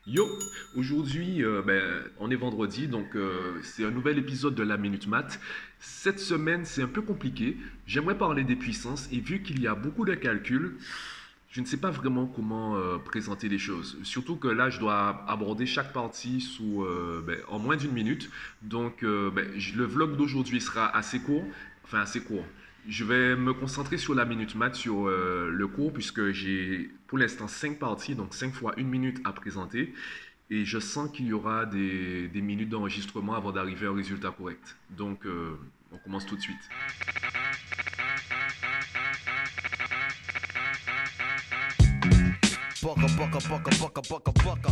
Yo, aujourd'hui, on est vendredi, donc c'est un nouvel épisode de la Minute Math. Cette semaine, c'est un peu compliqué. J'aimerais parler des puissances et vu qu'il y a beaucoup de calculs, je ne sais pas vraiment comment présenter les choses. Surtout que là, je dois aborder chaque partie en moins d'une minute. Donc, le vlog d'aujourd'hui sera assez court, enfin assez court. Je vais me concentrer sur la minute math, sur le cours, puisque j'ai pour l'instant 5 parties, donc 5 fois une minute à présenter. Et je sens qu'il y aura des minutes d'enregistrement avant d'arriver à un résultat correct. Donc, on commence tout de suite. Bucka, bucka, bucka, bucka, bucka, bucka.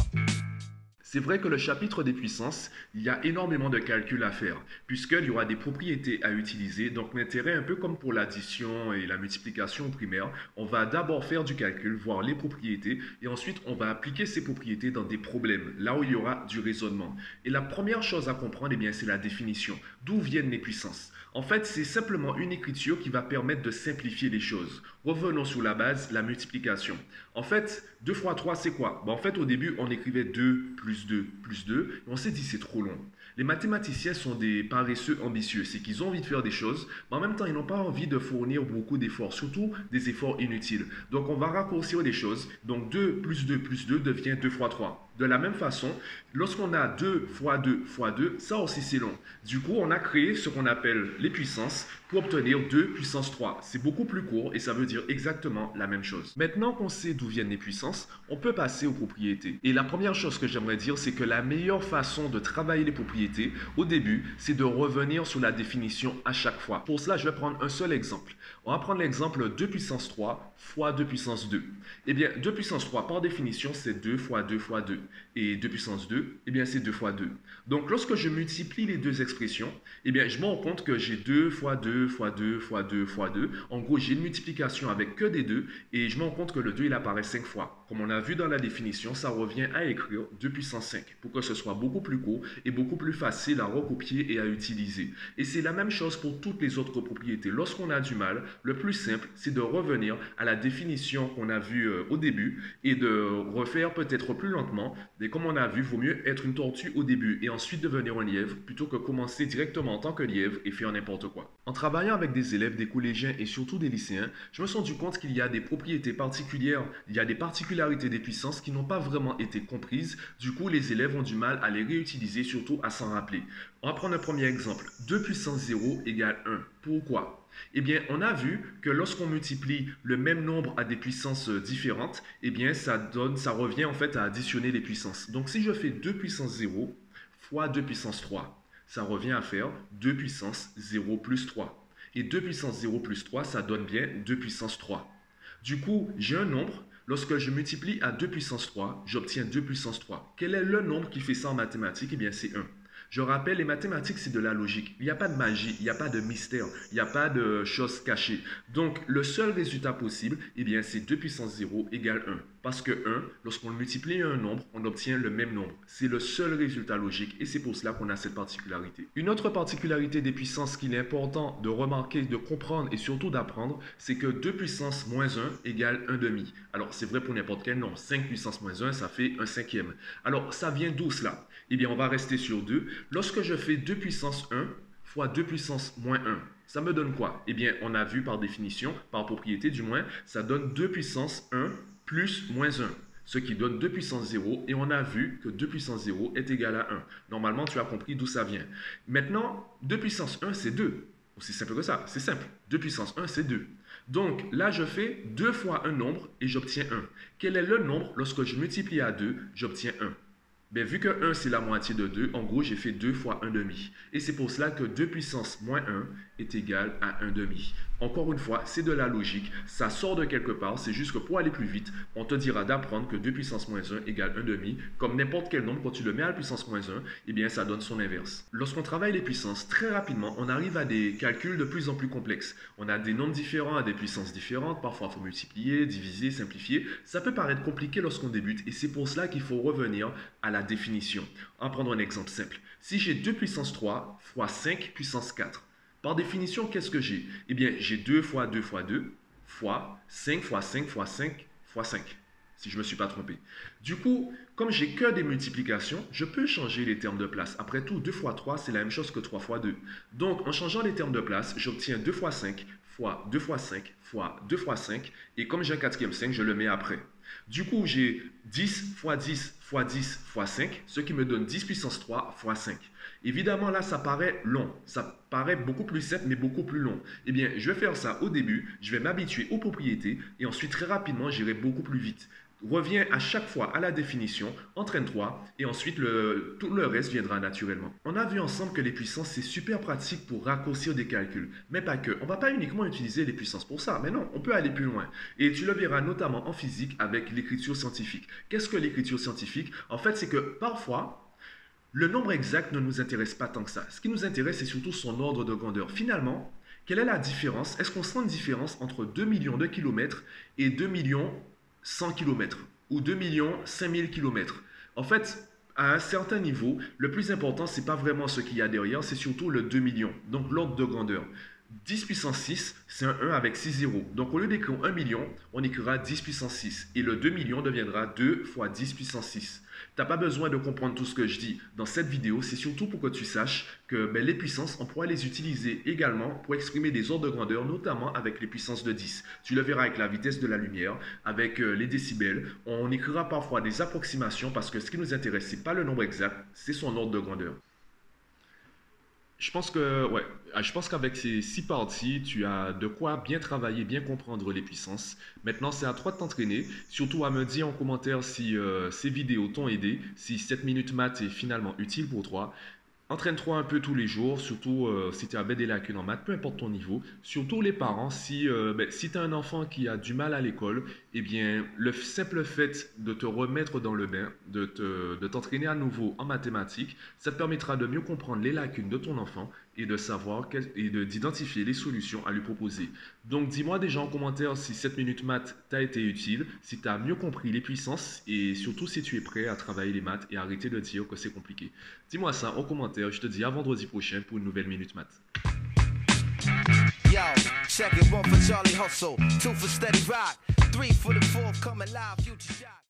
C'est vrai que le chapitre des puissances, il y a énormément de calculs à faire, puisqu'il y aura des propriétés à utiliser. Donc l'intérêt, un peu comme pour l'addition et la multiplication primaire, on va d'abord faire du calcul, voir les propriétés, et ensuite on va appliquer ces propriétés dans des problèmes, là où il y aura du raisonnement. Et la première chose à comprendre, eh bien, c'est la définition. D'où viennent les puissances? En fait, c'est simplement une écriture qui va permettre de simplifier les choses. Revenons sur la base, la multiplication. En fait, 2 fois 3, c'est quoi? En fait, au début, on écrivait 2 plus 2 plus 2, et on s'est dit c'est trop long. Les mathématiciens sont des paresseux ambitieux, c'est qu'ils ont envie de faire des choses, mais en même temps, ils n'ont pas envie de fournir beaucoup d'efforts, surtout des efforts inutiles. Donc, on va raccourcir les choses. Donc, 2 plus 2 devient 2 fois 3. De la même façon, lorsqu'on a 2 fois 2 fois 2, ça aussi c'est long. Du coup, on a créé ce qu'on appelle les puissances pour obtenir 2 puissance 3. C'est beaucoup plus court et ça veut dire exactement la même chose. Maintenant qu'on sait d'où viennent les puissances, on peut passer aux propriétés. Et la première chose que j'aimerais dire, c'est que la meilleure façon de travailler les propriétés, au début, c'est de revenir sur la définition à chaque fois. Pour cela, je vais prendre un seul exemple. On va prendre l'exemple 2 puissance 3 fois 2 puissance 2. Eh bien, 2 puissance 3, par définition, c'est 2 fois 2 fois 2. Et 2 puissance 2, eh bien, c'est 2 fois 2. Donc, lorsque je multiplie les deux expressions, eh bien, je me rends compte que j'ai 2 fois 2 fois 2 fois 2 fois 2. En gros, j'ai une multiplication avec que des 2 et je me rends compte que le 2, il apparaît 5 fois. Comme on a vu dans la définition, ça revient à écrire 2 puissance 5 pour que ce soit beaucoup plus court et beaucoup plus facile à recopier et à utiliser. Et c'est la même chose pour toutes les autres propriétés. Lorsqu'on a du mal, le plus simple, c'est de revenir à la définition qu'on a vue au début et de refaire peut-être plus lentement. Mais comme on a vu, il vaut mieux être une tortue au début et ensuite devenir un lièvre plutôt que commencer directement en tant que lièvre et faire n'importe quoi. En travaillant avec des élèves, des collégiens et surtout des lycéens, je me suis rendu compte qu'il y a des propriétés particulières, il y a des particularités des puissances qui n'ont pas vraiment été comprises. Du coup, les élèves ont du mal à les réutiliser, surtout à s'en rappeler. On va prendre un premier exemple. 2 puissance 0 égale 1. Pourquoi? Eh bien, on a vu que lorsqu'on multiplie le même nombre à des puissances différentes, eh bien, ça revient en fait à additionner les puissances. Donc, si je fais 2 puissance 0 fois 2 puissance 3, ça revient à faire 2 puissance 0 plus 3. Et 2 puissance 0 plus 3, ça donne bien 2 puissance 3. Du coup, j'ai un nombre. Lorsque je multiplie à 2 puissance 3, j'obtiens 2 puissance 3. Quel est le nombre qui fait ça en mathématiques? Eh bien, c'est 1. Je rappelle, les mathématiques, c'est de la logique. Il n'y a pas de magie, il n'y a pas de mystère, il n'y a pas de choses cachées. Donc, le seul résultat possible, eh bien, c'est 2 puissance 0 égale 1. Parce que 1, lorsqu'on multiplie un nombre, on obtient le même nombre. C'est le seul résultat logique et c'est pour cela qu'on a cette particularité. Une autre particularité des puissances qu'il est important de remarquer, de comprendre et surtout d'apprendre, c'est que 2 puissance moins 1 égale 1 demi. Alors, c'est vrai pour n'importe quel nombre. 5 puissance moins 1, ça fait 1 cinquième. Alors, ça vient d'où cela? Eh bien, on va rester sur 2. Lorsque je fais 2 puissance 1 fois 2 puissance moins 1, ça me donne quoi? Eh bien, on a vu par définition, par propriété du moins, ça donne 2 puissance 1 plus moins 1, ce qui donne 2 puissance 0, et on a vu que 2 puissance 0 est égal à 1. Normalement, tu as compris d'où ça vient. Maintenant, 2 puissance 1, c'est 2. Aussi simple que ça, c'est simple. 2 puissance 1, c'est 2. Donc là, je fais 2 fois un nombre et j'obtiens 1. Quel est le nombre lorsque je multiplie à 2, j'obtiens 1? Ben, vu que 1 c'est la moitié de 2, en gros j'ai fait 2 fois 1 demi. Et c'est pour cela que 2 puissance moins 1 est égal à 1 demi. Encore une fois, c'est de la logique, ça sort de quelque part, c'est juste que pour aller plus vite, on te dira d'apprendre que 2 puissance moins 1 égale 1 demi. Comme n'importe quel nombre, quand tu le mets à la puissance moins 1, eh bien ça donne son inverse. Lorsqu'on travaille les puissances, très rapidement, on arrive à des calculs de plus en plus complexes. On a des nombres différents à des puissances différentes, parfois il faut multiplier, diviser, simplifier. Ça peut paraître compliqué lorsqu'on débute et c'est pour cela qu'il faut revenir à la définition. On va prendre un exemple simple. Si j'ai 2 puissance 3 fois 5 puissance 4, par définition, qu'est-ce que j'ai? Eh bien, j'ai 2 fois 2 fois 2 fois 5 fois 5 fois 5 fois 5. si je ne me suis pas trompé. Du coup, comme j'ai que des multiplications, je peux changer les termes de place. Après tout, 2 fois 3, c'est la même chose que 3 fois 2. Donc, en changeant les termes de place, j'obtiens 2 fois 5 fois 2 fois 5 fois 2 fois 5. Et comme j'ai un quatrième 5, je le mets après. Du coup, j'ai 10 fois 10 fois 10 fois 5, ce qui me donne 10 puissance 3 fois 5. Évidemment, là, ça paraît long. Ça paraît beaucoup plus simple, mais beaucoup plus long. Eh bien, je vais faire ça au début. Je vais m'habituer aux propriétés. Et ensuite, très rapidement, j'irai beaucoup plus vite. Reviens à chaque fois à la définition, entraîne-toi, et ensuite tout le reste viendra naturellement. On a vu ensemble que les puissances, c'est super pratique pour raccourcir des calculs. Mais pas que. On ne va pas uniquement utiliser les puissances pour ça. Mais non, on peut aller plus loin. Et tu le verras notamment en physique avec l'écriture scientifique. Qu'est-ce que l'écriture scientifique? En fait, c'est que parfois, le nombre exact ne nous intéresse pas tant que ça. Ce qui nous intéresse, c'est surtout son ordre de grandeur. Finalement, quelle est la différence? Est-ce qu'on sent une différence entre 2 millions de kilomètres et 2 millions 100 km ou 2 millions 5000 km? En fait, à un certain niveau, le plus important, ce n'est pas vraiment ce qu'il y a derrière, c'est surtout le 2 millions, donc l'ordre de grandeur. 10 puissance 6, c'est un 1 avec 6 zéros. Donc au lieu d'écrire 1 million, on écrira 10 puissance 6. Et le 2 millions deviendra 2 fois 10 puissance 6. Tu n'as pas besoin de comprendre tout ce que je dis dans cette vidéo. C'est surtout pour que tu saches que les puissances, on pourra les utiliser également pour exprimer des ordres de grandeur, notamment avec les puissances de 10. Tu le verras avec la vitesse de la lumière, avec les décibels. On écrira parfois des approximations parce que ce qui nous intéresse, ce n'est pas le nombre exact, c'est son ordre de grandeur. Je pense qu'avec ces 6 parties, tu as de quoi bien travailler, bien comprendre les puissances. Maintenant, c'est à toi de t'entraîner. Surtout à me dire en commentaire si ces vidéos t'ont aidé, si cette minute maths est finalement utile pour toi. Entraîne-toi un peu tous les jours, surtout si tu as des lacunes en maths, peu importe ton niveau. Surtout les parents, si tu as un enfant qui a du mal à l'école, eh bien, le simple fait de te remettre dans le bain, de t'entraîner à nouveau en mathématiques, ça te permettra de mieux comprendre les lacunes de ton enfant et de savoir d'identifier les solutions à lui proposer. Donc, dis-moi déjà en commentaire si cette minute maths t'a été utile, si tu as mieux compris les puissances et surtout si tu es prêt à travailler les maths et arrêter de dire que c'est compliqué. Dis-moi ça en commentaire. Je te dis à vendredi prochain pour une nouvelle minute maths. Yo, check it, 1 for Charlie Hustle, 2 for Steady Rock, 3 for the forthcoming live future shot.